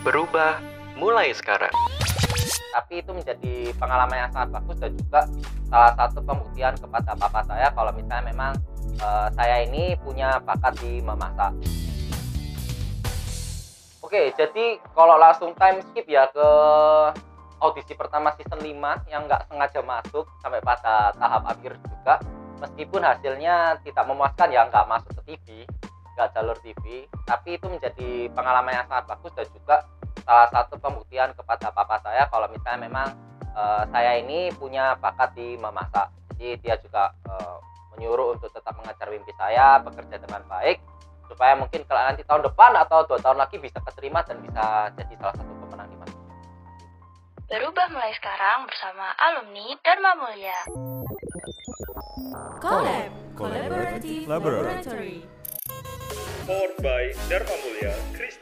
Berubah mulai sekarang. Tapi itu menjadi pengalaman yang sangat bagus dan juga salah satu pembuktian kepada papa saya kalau misalnya memang saya ini punya bakat di memasak. Oke, jadi kalau langsung time skip ya ke audisi pertama season 5 yang nggak sengaja masuk sampai pada tahap akhir juga. Meskipun hasilnya tidak memuaskan ya, nggak masuk ke TV, nggak jalur TV, tapi itu menjadi pengalaman yang sangat bagus dan juga salah satu pembuktian kepada papa saya kalau misalnya memang saya ini punya bakat di memasak. Jadi dia juga menyuruh untuk tetap mengejar mimpi saya, bekerja dengan baik, supaya mungkin kalau nanti tahun depan atau 2 tahun lagi bisa keterima dan bisa jadi salah satu pemenang di Mas. Berubah mulai sekarang bersama alumni Dharma Mulia. Collab, Collaborative Laboratory. Powered by Dharma Mulia,